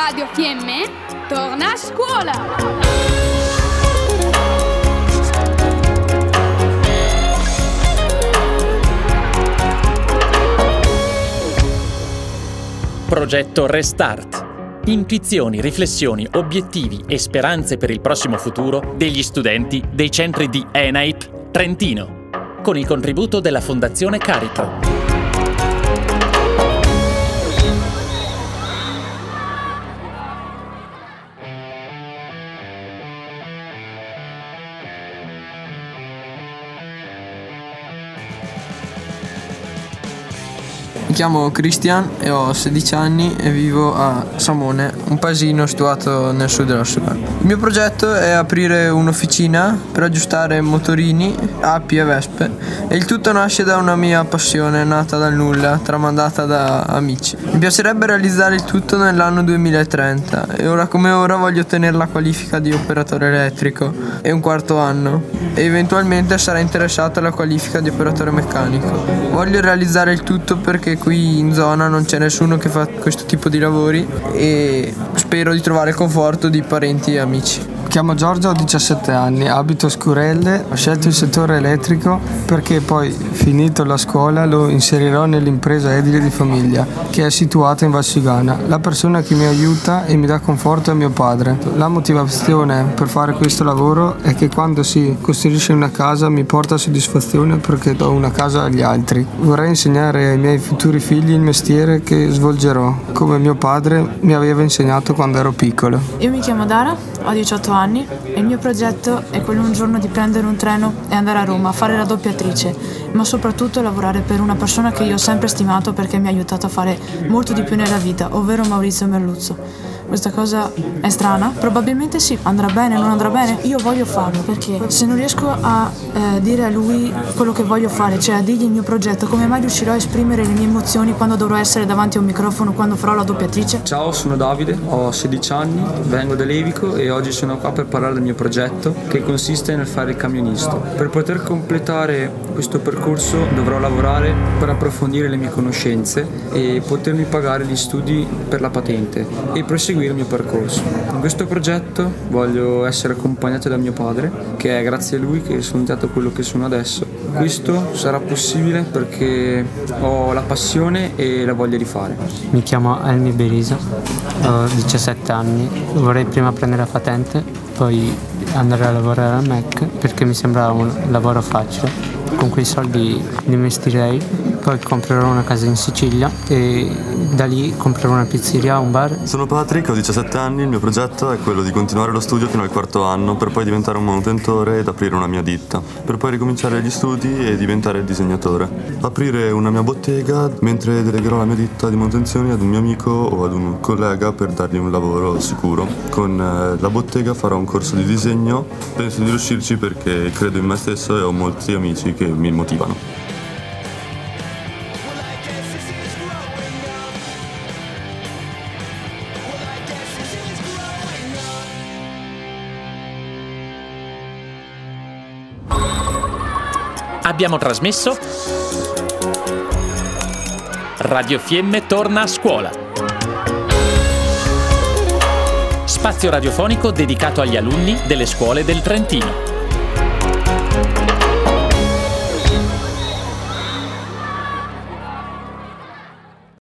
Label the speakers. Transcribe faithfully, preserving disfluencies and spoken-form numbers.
Speaker 1: Radio Fiemme torna a scuola!
Speaker 2: Progetto Restart. Intuizioni, riflessioni, obiettivi e speranze per il prossimo futuro degli studenti dei centri di ENAIP Trentino, con il contributo della Fondazione Carito.
Speaker 3: Mi chiamo Christian e ho sedici anni e vivo a Samone, un paesino situato nel sud della Sula. Il mio progetto è aprire un'officina per aggiustare motorini, api e vespe, e il tutto nasce da una mia passione nata dal nulla, tramandata da amici. Mi piacerebbe realizzare il tutto nell'anno duemilatrenta e ora come ora voglio ottenere la qualifica di operatore elettrico e un quarto anno e eventualmente sarei interessato alla qualifica di operatore meccanico. Voglio realizzare il tutto perché qui in zona non c'è nessuno che fa questo tipo di lavori e spero di trovare il conforto di parenti e amici.
Speaker 4: Mi chiamo Giorgio, ho diciassette anni, abito a Scurelle, ho scelto il settore elettrico perché poi, finito la scuola, lo inserirò nell'impresa edile di famiglia che è situata in Valsugana. La persona che mi aiuta e mi dà conforto è mio padre. La motivazione per fare questo lavoro è che quando si costruisce una casa mi porta soddisfazione perché do una casa agli altri. Vorrei insegnare ai miei futuri figli il mestiere che svolgerò, come mio padre mi aveva insegnato quando ero piccolo.
Speaker 5: Io mi chiamo Dara, ho diciotto anni e il mio progetto è quello un giorno di prendere un treno e andare a Roma a fare la doppiatrice, ma soprattutto lavorare per una persona che io ho sempre stimato perché mi ha aiutato a fare molto di più nella vita, ovvero Maurizio Merluzzo. Questa cosa è strana? Probabilmente sì, andrà bene, non andrà bene? Io voglio farlo perché se non riesco a eh, dire a lui quello che voglio fare, cioè a dirgli il mio progetto, come mai riuscirò a esprimere le mie emozioni quando dovrò essere davanti a un microfono, quando farò la doppiatrice?
Speaker 6: Ciao, sono Davide, ho sedici anni, vengo da Levico e oggi sono qua per parlare del mio progetto che consiste nel fare il camionista. Per poter completare questo percorso dovrò lavorare per approfondire le mie conoscenze e potermi pagare gli studi per la patente e proseguire il mio percorso. In questo progetto voglio essere accompagnato da mio padre, che è grazie a lui che sono diventato quello che sono adesso. Questo sarà possibile perché ho la passione e la voglia di fare.
Speaker 7: Mi chiamo Elmi Beriso, ho diciassette anni, vorrei prima prendere la patente, poi andare a lavorare al Mac perché mi sembrava un lavoro facile. Con quei soldi li investirei, poi comprerò una casa in Sicilia e da lì comprerò una pizzeria, un bar.
Speaker 8: Sono Patrick, ho diciassette anni, il mio progetto è quello di continuare lo studio fino al quarto anno per poi diventare un manutentore ed aprire una mia ditta, per poi ricominciare gli studi e diventare disegnatore. Aprire una mia bottega mentre delegherò la mia ditta di manutenzione ad un mio amico o ad un collega per dargli un lavoro sicuro. Con eh, la bottega farò un corso di disegno, penso di riuscirci perché credo in me stesso e ho molti amici che mi motivano.
Speaker 2: Abbiamo trasmesso Radio Fiemme torna a scuola. Spazio radiofonico dedicato agli alunni delle scuole del Trentino.